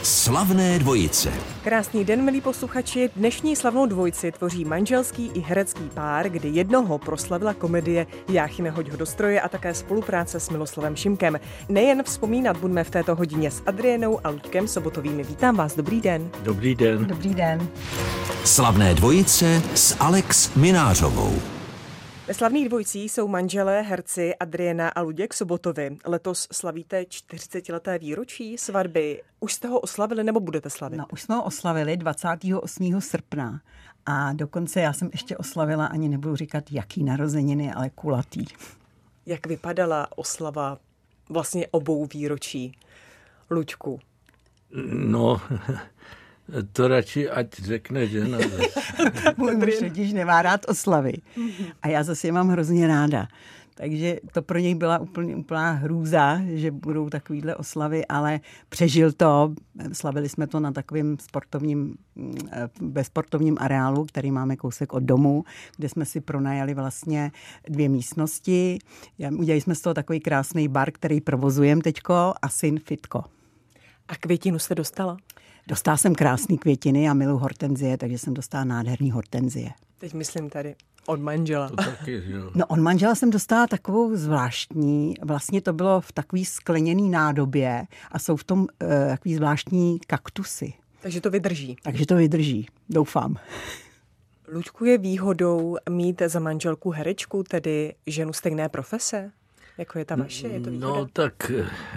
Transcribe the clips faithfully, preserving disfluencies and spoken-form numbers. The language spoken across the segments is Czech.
Slavné dvojice. Krásný den, milí posluchači. Dnešní slavnou dvojici tvoří manželský i herecký pár, kdy jednoho proslavila komedie Jáchyme, hoď ho do stroje a také spolupráce s Miloslavem Šimkem. Nejen vzpomínat budeme v této hodině s Adrienou a Luďkem Sobotovými. Vítám vás, dobrý den. Dobrý den. Dobrý den. Slavné dvojice s Alex Minářovou. Ve slavných dvojicích jsou manželé, herci Adriena a Luděk Sobotovi. Letos slavíte čtyřicetileté výročí svatby. Už jste ho oslavili nebo budete slavit? No, už jsme ho oslavili dvacátého osmého srpna a dokonce já jsem ještě oslavila, ani nebudu říkat jaký narozeniny, ale kulatý. Jak vypadala oslava vlastně obou výročí, Luďku? No, to radši ať řekne žena. Můj muž totiž nemá rád oslavy a já zase je mám hrozně ráda. Takže to pro něj byla úplně úplná hrůza, že budou takovýhle oslavy, ale přežil to. Slavili jsme to na takovém sportovním, ve sportovním areálu, který máme kousek od domu, kde jsme si pronajali vlastně dvě místnosti. Udělali jsme z toho takový krásný bar, který provozujeme teďko, a syn fitko. A květinu jste dostala? Dostala jsem krásný květiny, já miluji hortenzie, takže jsem dostala nádherný hortenzie. Teď myslím tady od manžela. To taky, jo. No, od manžela jsem dostala takovou zvláštní, vlastně to bylo v takový skleněný nádobě a jsou v tom uh, takový zvláštní kaktusy. Takže to vydrží. Takže to vydrží, doufám. Luďku, je výhodou mít za manželku herečku, tedy ženu stejné profese? Jako je ta vaše? Je to výhoda? No tak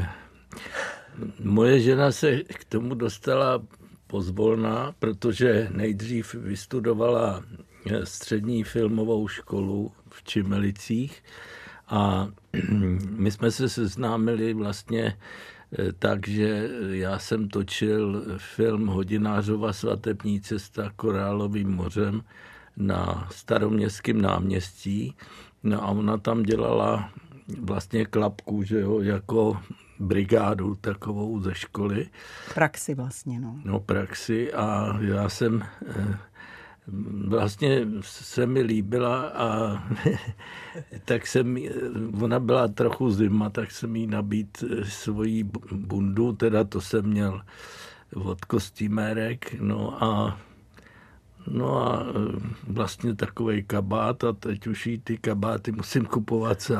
moje žena se k tomu dostala pozvolna, protože nejdřív vystudovala střední filmovou školu v Čimelicích a my jsme se seznámili vlastně tak, že já jsem točil film Hodinářova svatební cesta Korálovým mořem na Staroměstském náměstí. No a ona tam dělala vlastně klapku, že jo, jako brigádu takovou ze školy. Praxi vlastně, no. No, praxi a já jsem, vlastně se mi líbila a tak jsem, ona byla trochu zima, tak jsem jí nabít svoji bundu, teda to jsem měl od kostýmérek, no a No a vlastně takovej kabát a teď už jí ty kabáty musím kupovat sám.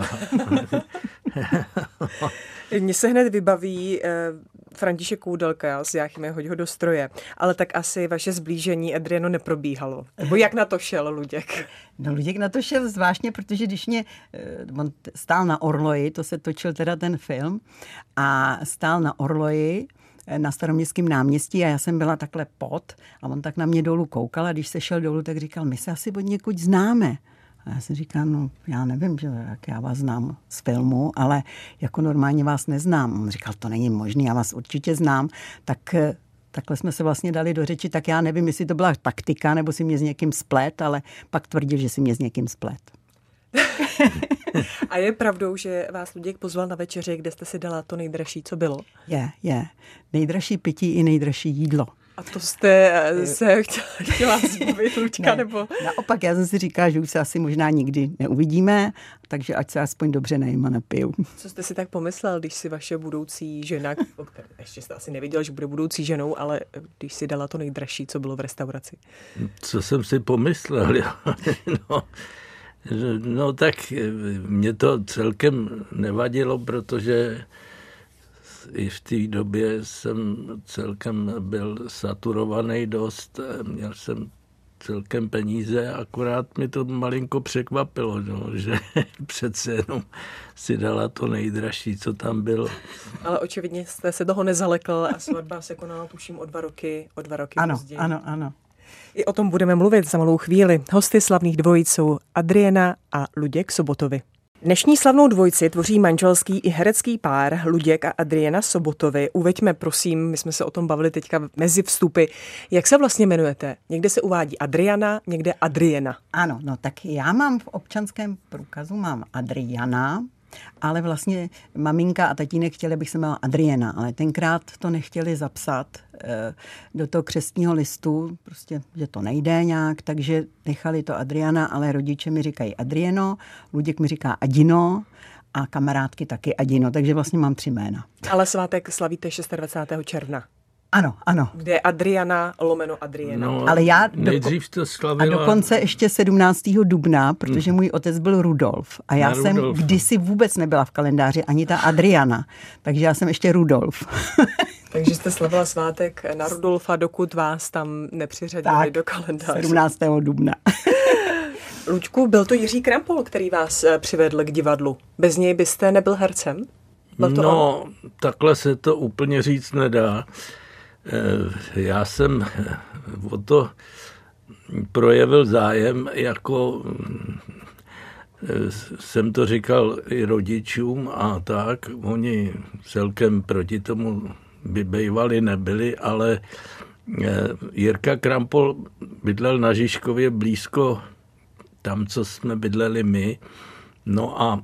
Mně se hned vybaví eh, František Koudelka z Jáchyme, hoď ho do stroje, ale tak asi vaše zblížení, Adrieno, neprobíhalo. Nebo jak na to šel Luděk? No, Luděk na to šel zvláštně, protože když mě, on stál na Orloji, to se točil teda ten film, a stál na Orloji, na Staroměstském náměstí a já jsem byla takhle pod a on tak na mě dolů koukal a když se šel dolů, tak říkal, my se asi od někud známe. A já jsem říkal, no já nevím, že jak já vás znám z filmu, ale jako normálně vás neznám. On říkal, to není možný, já vás určitě znám. Tak takhle jsme se vlastně dali do řeči, tak já nevím, jestli to byla taktika, nebo si mě s někým splet, ale pak tvrdil, že si mě s někým splet. A je pravdou, že vás Luděk pozval na večeři, kde jste si dala to nejdražší, co bylo? Je, je. Nejdražší pití i nejdražší jídlo. A to jste se chtěla, chtěla zbavit, Luďka, ne, nebo? Naopak, já jsem si říkala, že už se asi možná nikdy neuvidíme, takže ať se aspoň dobře najím a napiju. Co jste si tak pomyslel, když si vaše budoucí žena, ještě jste asi nevěděl, že bude budoucí ženou, ale když si dala to nejdražší, co bylo v restauraci? Co jsem si pomyslel, jo? No. No tak mě to celkem nevadilo, protože i v té době jsem celkem byl saturovaný dost, měl jsem celkem peníze, akorát mi to malinko překvapilo, no, že přece jenom si dala to nejdražší, co tam bylo. Ale očividně jste se toho nezalekl a svatba se konala tuším o dva roky, o dva roky ano, později. Ano, ano. I o tom budeme mluvit za malou chvíli. Hosty slavných dvojic jsou Adriena a Luděk Sobotovi. Dnešní slavnou dvojici tvoří manželský i herecký pár Luděk a Adriena Sobotovi. Uveďme, prosím, my jsme se o tom bavili teďka mezi vstupy. Jak se vlastně jmenujete? Někde se uvádí Adriana, někde Adriena. Ano, no tak já mám v občanském průkazu mám Adriana, ale vlastně maminka a tatínek chtěli, abych se jmenovala Adriena, ale tenkrát to nechtěli zapsat e, do toho křestního listu, prostě, že to nejde nějak, takže nechali to Adriana, ale rodiče mi říkají Adrieno, Luděk mi říká Adino a kamarádky taky Adino, takže vlastně mám tři jména. Ale svátek slavíte dvacátého šestého června. Ano, ano. Kde je Adriana lomeno Adriana. No, Ale já doko- nejdřív to slavila... A dokonce ještě sedmnáctého dubna, protože můj otec byl Rudolf. A já Na jsem Rudolfa. kdysi vůbec nebyla v kalendáři ani ta Adriana. Takže já jsem ještě Rudolf. Takže jste slavila svátek na Rudolfa, dokud vás tam nepřiřadili Tak, do kalendáře. sedmnáctého dubna. Luďku, byl to Jiří Krampol, který vás eh, přivedl k divadlu. Bez něj byste nebyl hercem? Byl to No, on? takhle se to úplně říct nedá. Eh, Já jsem o to projevil zájem, jako eh, jsem to říkal i rodičům a tak. Oni celkem proti tomu by bývali nebyli, ale eh, Jirka Krampol bydlel na Žižkově blízko tam, co jsme bydleli my. No a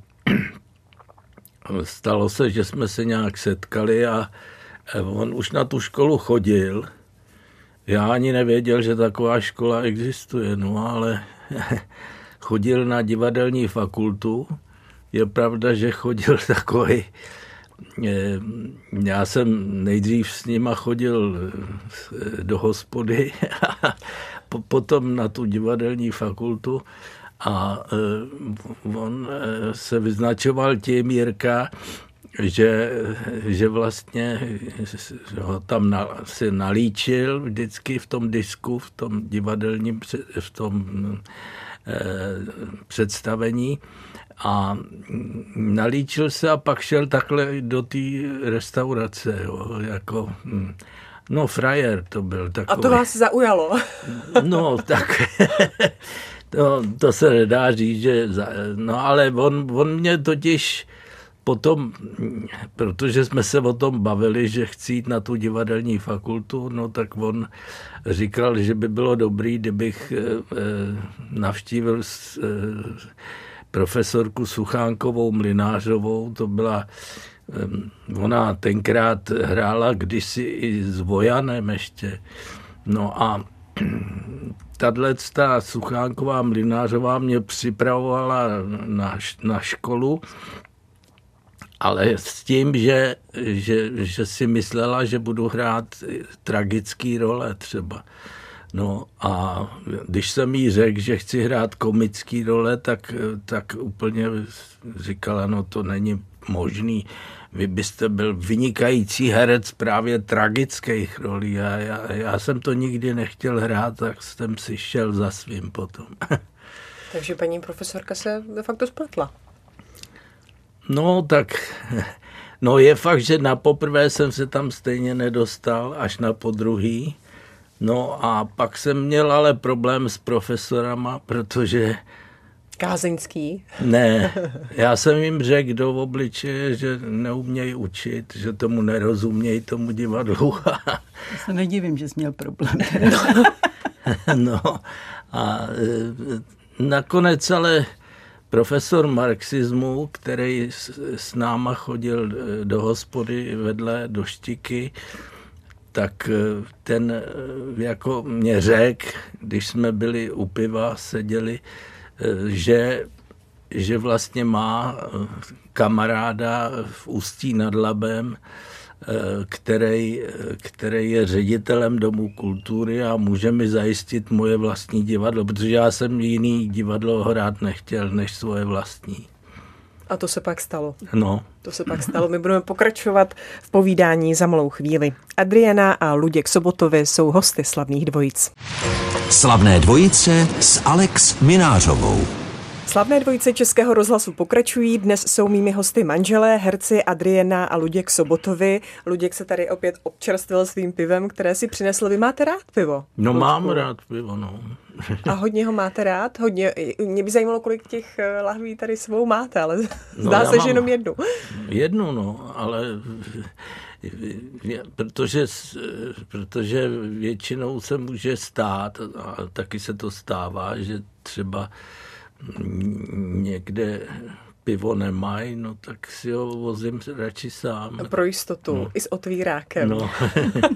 stalo se, že jsme se nějak setkali a on už na tu školu chodil. Já ani nevěděl, že taková škola existuje, no ale chodil na divadelní fakultu. Je pravda, že chodil takový. Já jsem nejdřív s nima chodil do hospody a potom na tu divadelní fakultu a on se vyznačoval tím, Jirka, že, že vlastně ho tam na, si nalíčil vždycky v tom disku, v tom divadelním v tom eh, představení a nalíčil se a pak šel takhle do té restaurace, jo, jako, no frajer to byl takový. A to vás zaujalo? No, tak to, to se nedá říct, že, no ale on, on mě totiž potom, protože jsme se o tom bavili, že chci jít na tu divadelní fakultu, no tak on říkal, že by bylo dobrý, kdybych navštívil profesorku Suchánkovou Mlynářovou, to byla, ona tenkrát hrála kdysi i s Vojanem ještě. No a tato Suchánková Mlynářová mě připravovala na, na školu, ale s tím, že, že, že si myslela, že budu hrát tragický role třeba. No a když jsem jí řekl, že chci hrát komický role, tak, tak úplně říkala, no to není možný. Vy byste byl vynikající herec právě tragických rolí a já, já jsem to nikdy nechtěl hrát, tak jsem si šel za svým potom. Takže paní profesorka se de facto spletla. No tak, no je fakt, že na poprvé jsem se tam stejně nedostal, až na podruhý. No a pak jsem měl ale problém s profesorama, protože... Kázeňský? Ne, já jsem jim řekl do obličeje, že neumějí učit, že tomu nerozumějí, tomu divadlu. Já se nedivím, že jsi měl problém. No a nakonec ale profesor marxismu, který s náma chodil do hospody vedle do Štiky, tak ten jako mě řekl, když jsme byli u piva, seděli, že, že vlastně má kamaráda v Ústí nad Labem, který, který je ředitelem Domu kultury a může mi zajistit moje vlastní divadlo, protože já jsem jiný divadlo hrát nechtěl, než svoje vlastní. A to se pak stalo. No. To se pak stalo. My budeme pokračovat v povídání za malou chvíli. Adriana a Luděk Sobotovi jsou hosty Slavných dvojic. Slavné dvojice s Alex Minářovou. Slavné dvojice Českého rozhlasu pokračují. Dnes jsou mými hosty manželé, herci Adriana a Luděk Sobotovi. Luděk se tady opět občerstvil svým pivem, které si přinesl. Vy máte rád pivo? No Luďku? Mám rád pivo, no. A hodně ho máte rád? Hodně. Mě by zajímalo, kolik těch lahví tady svou máte, ale No, zdá se, mám že jenom jednu. Jednu, no, ale protože, protože většinou se může stát, a taky se to stává, že třeba někde pivo nemají, no tak si ho vozím radši sám. Pro jistotu, no. I s otvírákem. No.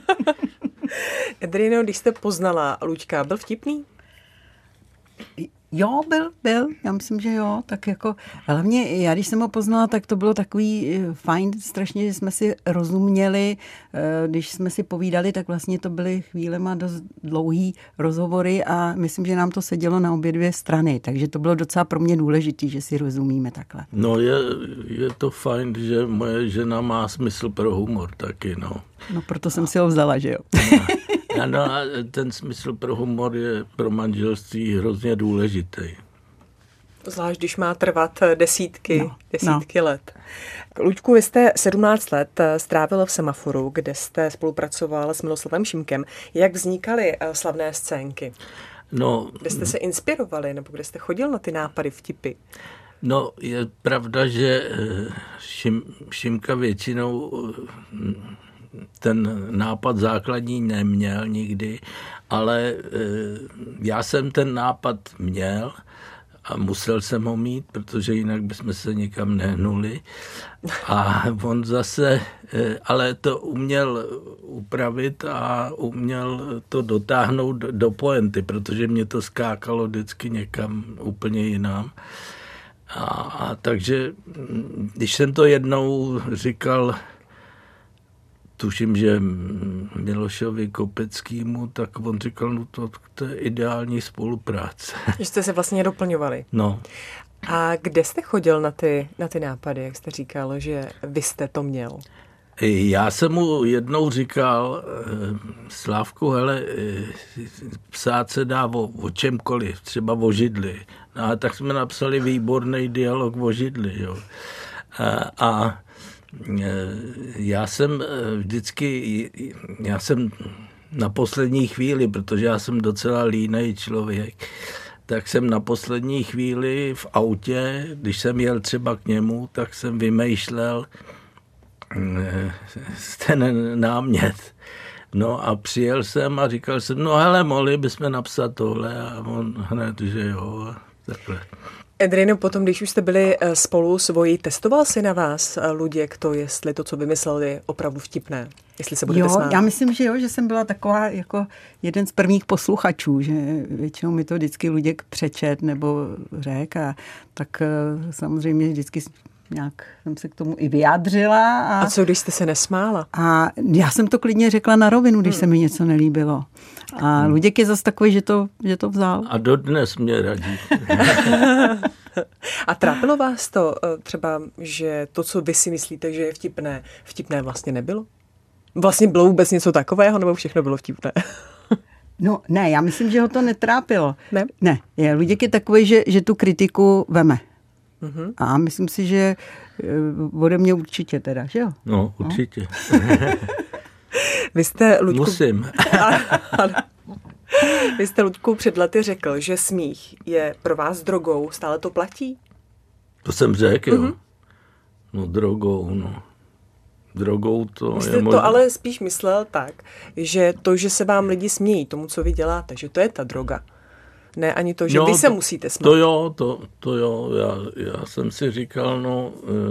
Adriano, když jste poznala Luďka, byl vtipný? Jo, byl, byl, já myslím, že jo, tak jako, hlavně já, když jsem ho poznala, tak to bylo takový fajn, strašně, že jsme si rozuměli, když jsme si povídali, tak vlastně to byly chvílema dost dlouhý rozhovory a myslím, že nám to sedělo na obě dvě strany, takže to bylo docela pro mě důležitý, že si rozumíme takhle. No je, je to fajn, že moje žena má smysl pro humor taky, no. No proto jsem si ho vzala, že jo. Ano, a ten smysl pro humor je pro manželství hrozně důležitý. Zvlášť, když má trvat desítky, no, desítky no. let. Luďku, vy jste sedmnáct let strávil v Semaforu, kde jste spolupracoval s Miloslavem Šimkem. Jak vznikaly slavné scénky? No, kde jste se inspirovali, nebo kde jste chodil na ty nápady, vtipy? No, je pravda, že Šim, Šimka většinou ten nápad základní neměl nikdy, ale já jsem ten nápad měl a musel jsem ho mít, protože jinak bychom se nikam nehnuli. A on zase, ale to uměl upravit a uměl to dotáhnout do pointy, protože mě to skákalo vždycky někam úplně jinam. A, a takže, když jsem to jednou říkal, tuším, že Milošovi Kopeckýmu, tak on říkal, no to, to je ideální spolupráce. Že jste se vlastně doplňovali. No. A kde jste chodil na ty, na ty nápady, jak jste říkal, že vy jste to měl? Já jsem mu jednou říkal, Slávku, hele, psát se dá o, o čemkoliv, třeba o židli. No a tak jsme napsali výborný dialog o židli, jo. A, a já jsem vždycky, já jsem na poslední chvíli, protože já jsem docela línej člověk, tak jsem na poslední chvíli v autě, když jsem jel třeba k němu, tak jsem vymýšlel ten námět. No a přijel jsem a říkal jsem, no hele, mohli bychom napsat tohle a on hned, že jo, takhle. Adriano, potom, když už jste byli spolu svoji, testoval si na vás Luděk to, jestli to, co vymyslel, je opravdu vtipné? Jestli se budete jo, smát? Já myslím, že jo, že jsem byla taková jako jeden z prvních posluchačů, že většinou mi to vždycky Luděk přečet nebo řek a tak samozřejmě vždycky nějak jsem se k tomu i vyjádřila. A, a co, když jste se nesmála? A já jsem to klidně řekla na rovinu, když hmm. se mi něco nelíbilo. A hmm. Luděk je zase takový, že to, že to vzal. A dodnes mě radí. A trápilo vás to třeba, že to, co vy si myslíte, že je vtipné, vtipné vlastně nebylo? Vlastně bylo vůbec něco takového, nebo všechno bylo vtipné? No ne, já myslím, že ho to netrápilo. Ne? Ne, je, Luděk je takový, že, že tu kritiku veme. Mm-hmm. A myslím si, že ode mě určitě teda, že jo? No, určitě. No. Vy jste, Luďku... Musím. Vy jste, Luďku, před lety řekl, že smích je pro vás drogou. Stále to platí? To jsem řekl, jo. Mm-hmm. No drogou, no. Drogou to Vy je jste možná... to ale spíš myslel tak, že to, že se vám lidi smějí tomu, co vy děláte, že to je ta droga. Ne ani to, že no, vy se to, musíte smát. To jo, to, to jo. Já, já jsem si říkal, no,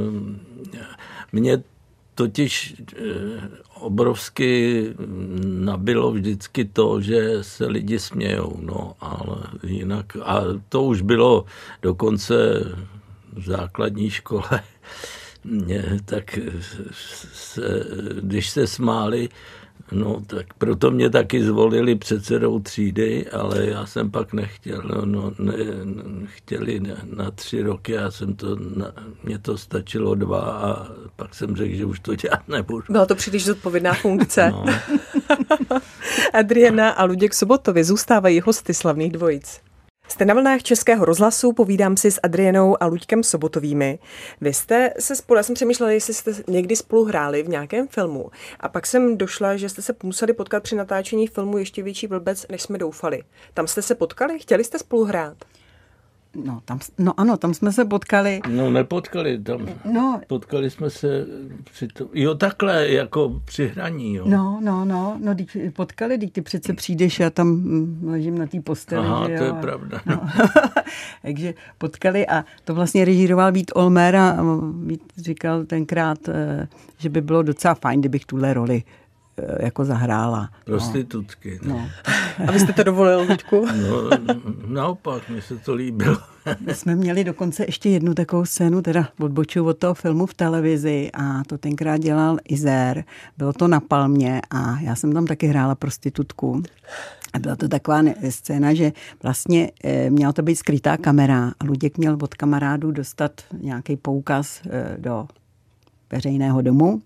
mě totiž obrovsky nabilo vždycky to, že se lidi smějou, no, ale jinak, a to už bylo dokonce v základní škole, tak se, když se smáli, no tak proto mě taky zvolili předsedou třídy, ale já jsem pak nechtěl. No, no ne, chtěli na, na tři roky, já jsem to, na, mě to stačilo dva a pak jsem řekl, že už to dělat nebudu. Byla to příliš zodpovědná funkce. No. Adriana a Luděk Sobotovi zůstávají hosty slavných dvojic. Jste na vlnách Českého rozhlasu, povídám si s Adrianou a Luďkem Sobotovými. Vy jste se spolu, já jsem přemýšlela, jestli jste někdy spolu hráli v nějakém filmu. A pak jsem došla, že jste se museli potkat při natáčení filmu Ještě větší blbec, než jsme doufali. Tam jste se potkali? Chtěli jste spolu hrát? No, tam, no ano, tam jsme se potkali. No nepotkali, tam no. potkali jsme se při to, jo takhle, jako při hraní, jo. No, no, no, no, když potkali, když ty přece přijdeš, já tam ležím na té posteli. Aha, že to jo, je pravda. No. Takže potkali a to vlastně režíroval Vít Olmer a Vít říkal tenkrát, že by bylo docela fajn, kdybych tuhle roli jako zahrála. Prostitutky. No. No. A vy jste to dovolil, Luďku? No, naopak, mně se to líbilo. My jsme měli dokonce ještě jednu takovou scénu, teda odbočuju od toho filmu v televizi a to tenkrát dělal Izér. Bylo to na Palmě a já jsem tam taky hrála prostitutku. A byla to taková scéna, že vlastně měla to být skrytá kamera a Luděk měl od kamarádů dostat nějaký poukaz do veřejného domu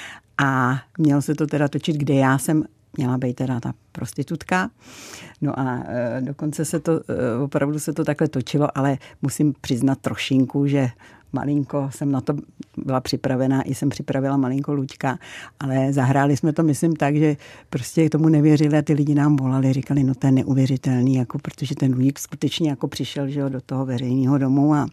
a mělo se to teda točit, kde já jsem měla být teda ta prostitutka. No a e, dokonce se to, e, opravdu se to takhle točilo, ale musím přiznat trošinku, že malinko jsem na to byla připravená, i jsem připravila malinko Luďka, ale zahráli jsme to, myslím tak, že prostě tomu nevěřili a ty lidi nám volali, říkali, no to je neuvěřitelný, jako, protože ten Luděk skutečně jako přišel, že jo, do toho veřejného domu a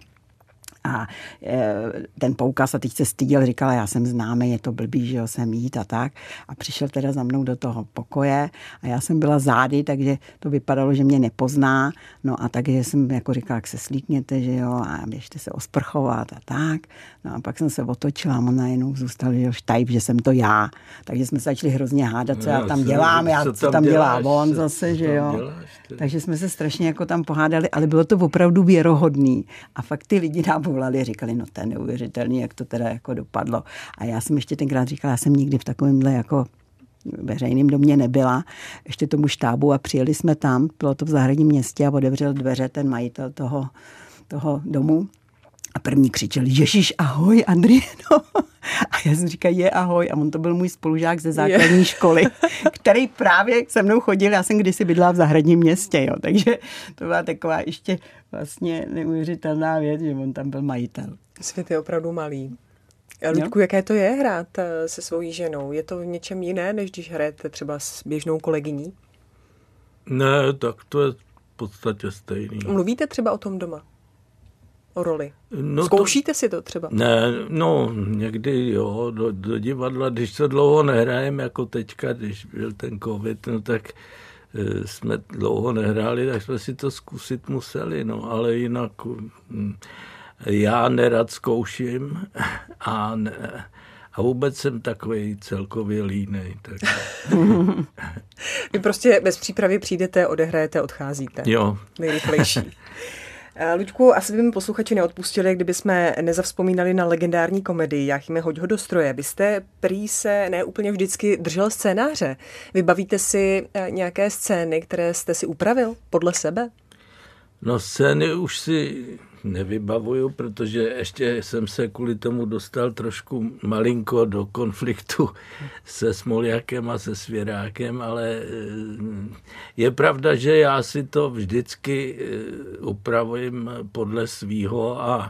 A ten poukaz a teď se styděl, říkala, já jsem známý, je to blbý, že jo, jsem jít a tak. A přišel teda za mnou do toho pokoje a já jsem byla zády, takže to vypadalo, že mě nepozná. No a takže jsem jako říkala, jak se slíkněte, že jo, a běžte se osprchovat a tak. No a pak jsem se otočila a on najednou zůstal, že jo, štajb, že jsem to já. Takže jsme se začali hrozně hádat, co no, já tam dělám, já, co tam, tam dělá on zase, že jo. Děláš, takže jsme se strašně jako tam pohádali, ale bylo to opravdu věrohodný. A fakt ty lidi nám volali, říkali, no to je neuvěřitelný, jak to teda jako dopadlo. A já jsem ještě tenkrát říkala, já jsem nikdy v takovémhle jako veřejném domě nebyla, ještě tomu štábu a přijeli jsme tam, bylo to v zahradním městě a otevřel dveře ten majitel toho, toho domu a první křičel, Ježíš, ahoj, Adrieno. A já jsem říkala, je, ahoj. A on to byl můj spolužák ze základní školy, který právě se mnou chodil, já jsem kdysi bydlela v zahradním městě, jo. Takže to byla taková ještě vlastně neuvěřitelná věc, že on tam byl majitel. Svět je opravdu malý. Luďku, jaké to je hrát se svojí ženou? Je to v něčem jiné, než když hrajete třeba s běžnou kolegyní? Ne, tak to je v podstatě stejný. Mluvíte třeba o tom doma? O roli? No Zkoušíte to, si to třeba? Ne, no někdy jo, do, do divadla, když se dlouho nehrajeme, jako teďka, když byl ten covid, no tak e, jsme dlouho nehráli, tak jsme si to zkusit museli, no, ale jinak m, já nerad zkouším a, ne, a vůbec jsem takový celkově línej. Tak. Vy prostě bez přípravy přijdete, odehrajete, odcházíte. Jo. Nejrychlejší. Luďku, asi by mi posluchači neodpustili, kdyby jsme nezavzpomínali na legendární komedii Jáchyme, hoď ho do stroje. Vy jste prý se ne úplně vždycky držel scénáře. Vybavíte si nějaké scény, které jste si upravil podle sebe? No scény už si nevybavuju, protože ještě jsem se kvůli tomu dostal trošku malinko do konfliktu se Smoljakem a se Svěrákem, ale je pravda, že já si to vždycky upravujem podle svýho a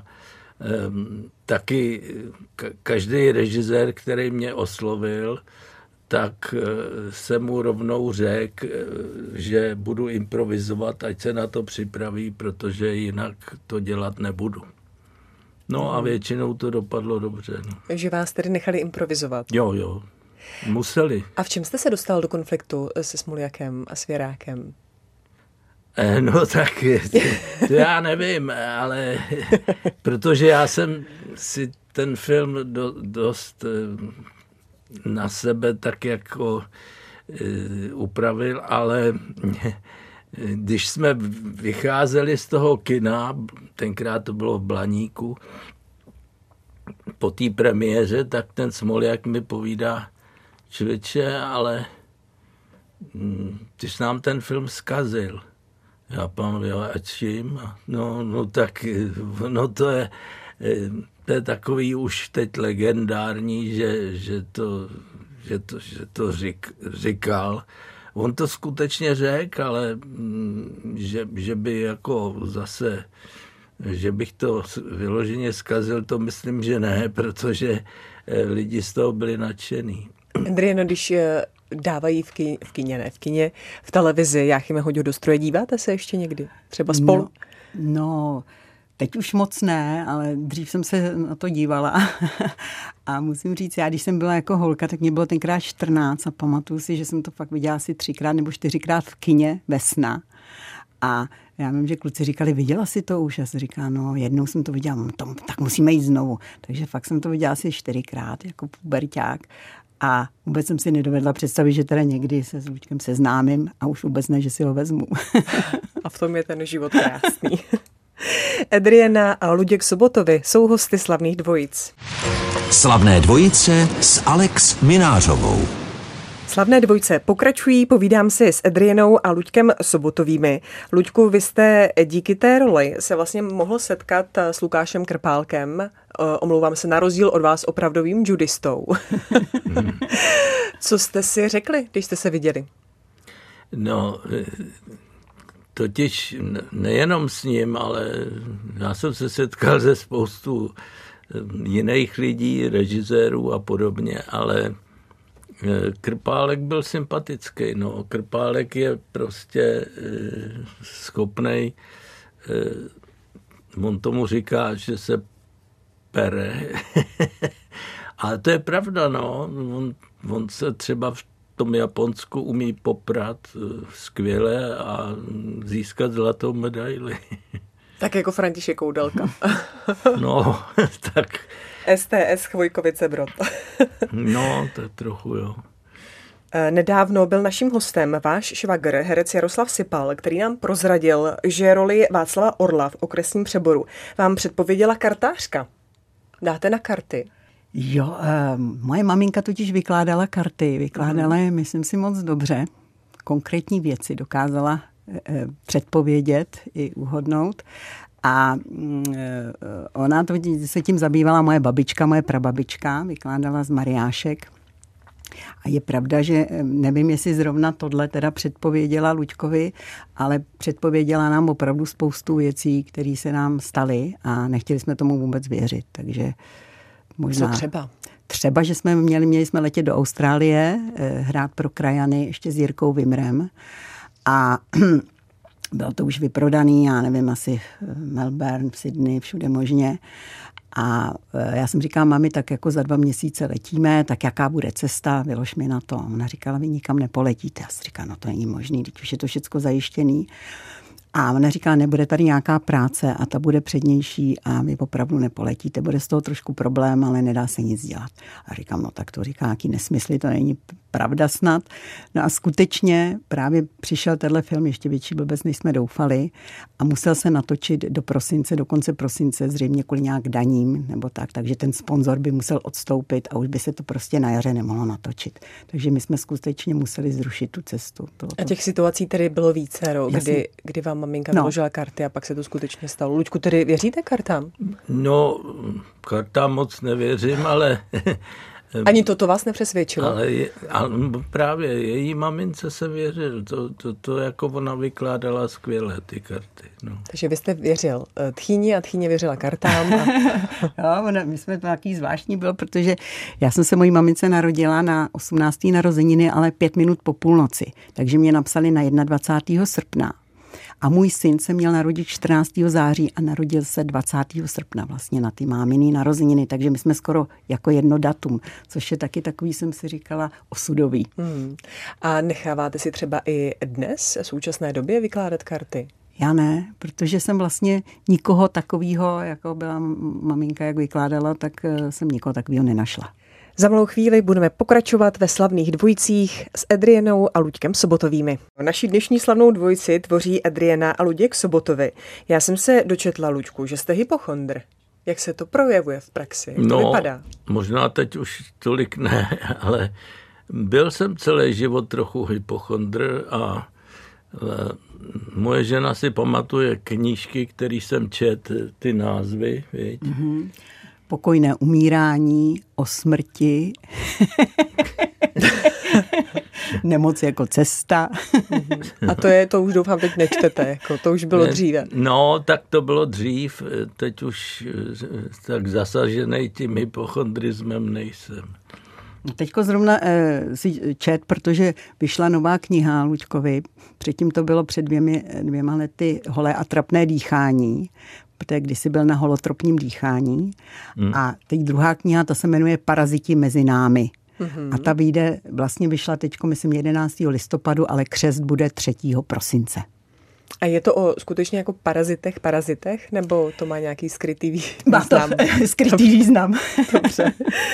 taky každý režisér, který mě oslovil, tak jsem mu rovnou řekl, že budu improvizovat, ať se na to připraví, protože jinak to dělat nebudu. No a většinou to dopadlo dobře. No. Že vás tedy nechali improvizovat? Jo, jo. Museli. A v čem jste se dostal do konfliktu se Smoljakem a Svěrákem? No tak, to, to já nevím, ale protože já jsem si ten film do, dost na sebe tak jako e, upravil, ale když jsme vycházeli z toho kina, tenkrát to bylo v Blaníku, po té premiéře, tak ten Smoljak mi povídá, člověče, ale ty jsi nám ten film zkazil. Já pamatuju, a čím? No, no tak, no to je... To je takový už teď legendární, že, že, to, že, to, že to řík, říkal. On to skutečně řekl, ale že, že by jako zase, že bych to vyloženě zkazil, to myslím, že ne, protože lidi z toho byli nadšený. Adrieno, když dávají v kině, v kině, ne v kině, v televizi Jáchyme, hoď ho do stroje, díváte se ještě někdy? Třeba spolu? No, no. Teď už moc ne, ale dřív jsem se na to dívala a musím říct, já když jsem byla jako holka, tak mě bylo tenkrát čtrnáct a pamatuju si, že jsem to fakt viděla asi třikrát nebo čtyřikrát v kině ve sna. A já vím, že kluci říkali, viděla jsi to už? Já si říkám, no jednou jsem to viděla, tak musíme jít znovu. Takže fakt jsem to viděla asi čtyřikrát jako puberťák. A vůbec jsem si nedovedla představit, že teda někdy se s Luďkem seznámím a už vůbec ne, že si ho vezmu. A v tom je ten život krásný. Adriana a Luděk Sobotovi jsou hosty Slavných dvojic. Slavné dvojice s Alex Minářovou. Slavné dvojce pokračují, povídám si s Adrianou a Luďkem Sobotovými. Luďku, vy jste díky té roli se vlastně mohl setkat s Lukášem Krpálkem, omlouvám se, na rozdíl od vás opravdovým judistou. Co jste si řekli, když jste se viděli? No, totiž nejenom s ním, ale já jsem se setkal se spoustu jiných lidí, režisérů a podobně, ale Krpálek byl sympatický. No. Krpálek je prostě schopnej, on tomu říká, že se pere. Ale to je pravda, no. On, on se třeba v tom Japonsku umí poprat skvěle a získat zlatou medaili. Tak jako František Koudelka. No, tak... S T S Chvojkovice Brod. No, to trochu, jo. Nedávno byl naším hostem váš švagr, herec Jaroslav Sipal, který nám prozradil, že roli Václava Orla v Okresním Přeboru vám předpověděla kartářka. Dáte na karty? Jo, uh, moje maminka totiž vykládala karty. Vykládala je, myslím si, moc dobře. Konkrétní věci dokázala uh, předpovědět i uhodnout. A ona to, se tím zabývala moje babička, moje prababička, vykládala z Mariášek. A je pravda, že nevím, jestli zrovna tohle teda předpověděla Luďkovi, ale předpověděla nám opravdu spoustu věcí, které se nám staly a nechtěli jsme tomu vůbec věřit. Takže možná... Co třeba? Třeba, že jsme měli, měli jsme letět do Austrálie, hrát pro krajany ještě s Jirkou Vimrem a bylo to už vyprodaný, já nevím, asi Melbourne, Sydney, všude možně. A já jsem říkala, mami, tak jako za dva měsíce letíme, tak jaká bude cesta, vylož mi na to. Ona říkala, vy nikam nepoletíte. Já jsem říkala, no to není možný, teď už je to všecko zajištěný. A ona říkala, nebude tady nějaká práce a ta bude přednější a vy opravdu nepoletíte. Bude z toho trošku problém, ale nedá se nic dělat. A říkám, no tak to říká nějaký nesmysly, to není pravda snad. No a skutečně právě přišel tenhle film, ještě větší blbec, než jsme doufali, a musel se natočit do prosince, do konce prosince, zřejmě kvůli nějak daním nebo tak, takže ten sponzor by musel odstoupit a už by se to prostě na jaře nemohlo natočit. Takže my jsme skutečně museli zrušit tu cestu. To, to... A těch situací tedy bylo vícero, kdy, kdy vám maminka no. vyložila karty a pak se to skutečně stalo. Luďku, tedy věříte kartám? No, kartám moc nevěřím, ale... Ani toto vás nepřesvědčilo? Ale, je, ale právě její mamince se věřil. To, to, to jako ona vykládala skvěle ty karty. No. Takže vy jste věřil tchýni a tchýně věřila kartám. A... jo, ona, my jsme to takový zvláštní bylo, protože já jsem se mojí mamince narodila na osmnácté narozeniny, ale pět minut po půlnoci. Takže mě napsali na dvacátého prvního srpna. A můj syn se měl narodit čtrnáctého září a narodil se dvacátého srpna vlastně na ty máminy narozeniny, takže my jsme skoro jako jedno datum, což je taky takový, jsem si říkala, osudový. Hmm. A necháváte si třeba i dnes, v současné době, vykládat karty? Já ne, protože jsem vlastně nikoho takového, jako byla maminka, jak vykládala, tak jsem nikoho takového nenašla. Za malou chvíli budeme pokračovat ve slavných dvojicích s Adrianou a Luďkem Sobotovými. Naší dnešní slavnou dvojici tvoří Adriana a Luděk Sobotovi. Já jsem se dočetla, Luďku, že jste hypochondr. Jak se to projevuje v praxi? Jak no, to vypadá? Možná teď už tolik ne, ale byl jsem celý život trochu hypochondr a moje žena si pamatuje knížky, které jsem čet, ty názvy, viď? Mm-hmm. Pokojné umírání, o smrti, nemoc jako cesta. A to je, to už doufám teď nečtete, jako to už bylo ne, dříve. No, tak to bylo dřív, teď už tak zasažený tím hypochondrismem nejsem. Teďko zrovna eh, si čet, protože vyšla nová kniha Luďkovi, předtím to bylo před dvěmi, dvěma lety Holé a trapné dýchání, protože kdysi byl na holotropním dýchání. Hmm. A teď druhá kniha, ta se jmenuje Paraziti mezi námi. Hmm. A ta vyjde, vlastně vyšla teďko, myslím, jedenáctého listopadu, ale křest bude třetího prosince. A je to o skutečně jako parazitech, parazitech, nebo to má nějaký skrytý význam? Má to skrytý význam. Dobře.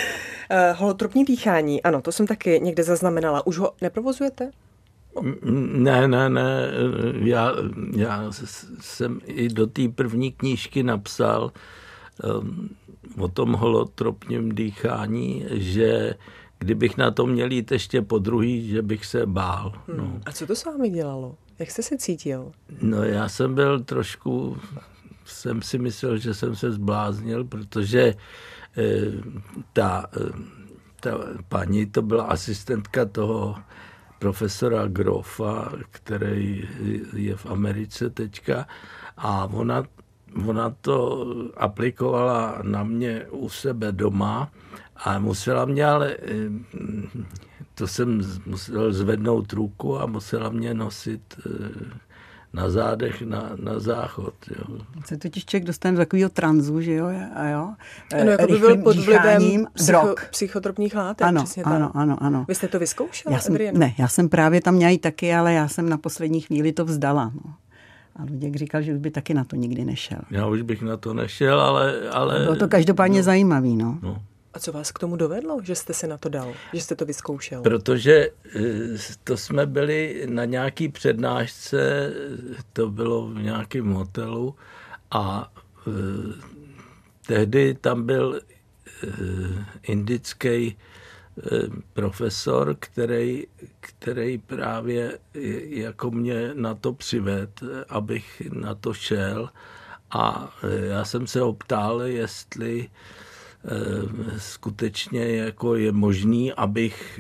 Uh, holotropní dýchání, ano, to jsem taky někde zaznamenala. Už ho neprovozujete? Ne, ne, ne. Já, já jsem i do té první knížky napsal um, o tom holotropním dýchání, že kdybych na to měl jít ještě po druhý, že bych se bál. Hmm. No. A co to s vámi dělalo? Jak jste se cítil? No já jsem byl trošku, jsem si myslel, že jsem se zbláznil, protože eh, ta, ta paní, to byla asistentka toho profesora Grofa, který je v Americe teďka, a ona, ona to aplikovala na mě u sebe doma a musela mě ale, to jsem musel zvednout ruku a musela mě nosit na zádech na, na záchod. Jo. Se totiž člověk dostane do takového tranzu, že jo? A jo? Ano, jako by byl pod vlivem psycho, psychotropních látek. Ano, přesně ano, tak. ano, ano. Vy jste to vyzkoušela, já jsem, Adriano? Ne, já jsem právě tam měla i taky, ale já jsem na poslední chvíli to vzdala. No. A Luděk říkal, že už by taky na to nikdy nešel. Já už bych na to nešel, ale... ale bylo to každopádně no, zajímavý, no. no. A co vás k tomu dovedlo, že jste se na to dal, že jste to vyzkoušel? Protože to jsme byli na nějaký přednášce, to bylo v nějakém hotelu a uh, tehdy tam byl uh, indický uh, profesor, který, který právě jako mě na to přivedl, abych na to šel, a já jsem se ho ptal, jestli skutečně jako je možný, abych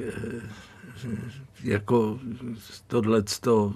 jako tohleto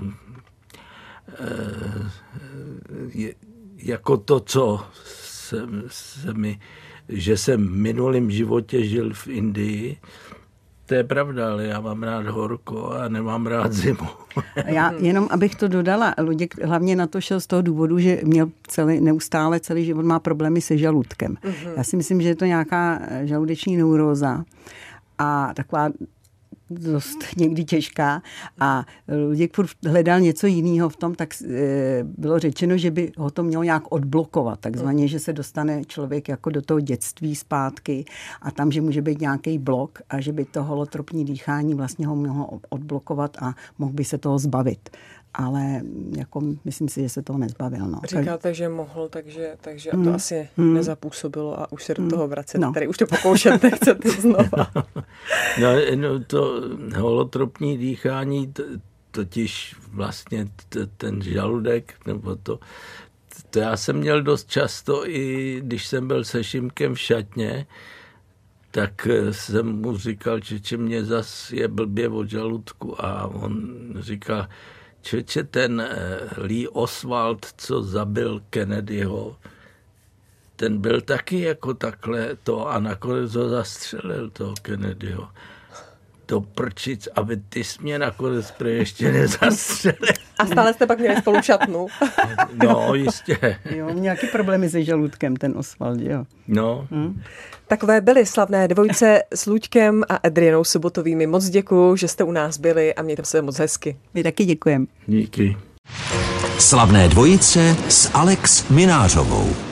jako to, co se, se mi, že jsem v minulém životě žil v Indii. To je pravda, ale já mám rád horko a nemám rád zimu. Já jenom, abych to dodala, Luděk hlavně na to šel z toho důvodu, že měl celý, neustále celý život má problémy se žaludkem. Mm-hmm. Já si myslím, že je to nějaká žaludeční neuróza a taková dost někdy těžká, a Luděk hledal něco jiného v tom, tak bylo řečeno, že by ho to mělo nějak odblokovat, takzvaně, že se dostane člověk jako do toho dětství zpátky a tam, že může být nějaký blok a že by to holotropní dýchání vlastně ho mohlo odblokovat a mohl by se toho zbavit. Ale jako myslím si, že se toho nezbavil. No. Říkáte, že mohl, takže, takže mm. to asi mm. nezapůsobilo a už se do toho vracet. No. Tady už to pokoušet nechcete znova. No, no to holotropní dýchání, totiž vlastně t, ten žaludek, nebo to, to já jsem měl dost často, i když jsem byl se Šimkem v šatně, tak jsem mu říkal, že, že mě zas je blbě od žaludku, a on říkal, Čeče, ten Lee Oswald, co zabil Kennedyho, ten byl taky jako takhle to a nakonec ho zastřelil, toho Kennedyho. To prčic, aby ty jsi mě nakonec prý ještě nezastřelil. A stále jste pak měli spolu šatnu. No, jistě. Jo, nějaký problémy se žaludkem, ten Oswald, jo. No. Hmm. Takové byly slavné dvojice s Luďkem a Adrianou Sobotovými. Moc děkuju, že jste u nás byli a mějte se moc hezky. My taky děkujeme. Díky. Slavné dvojice s Alex Minářovou.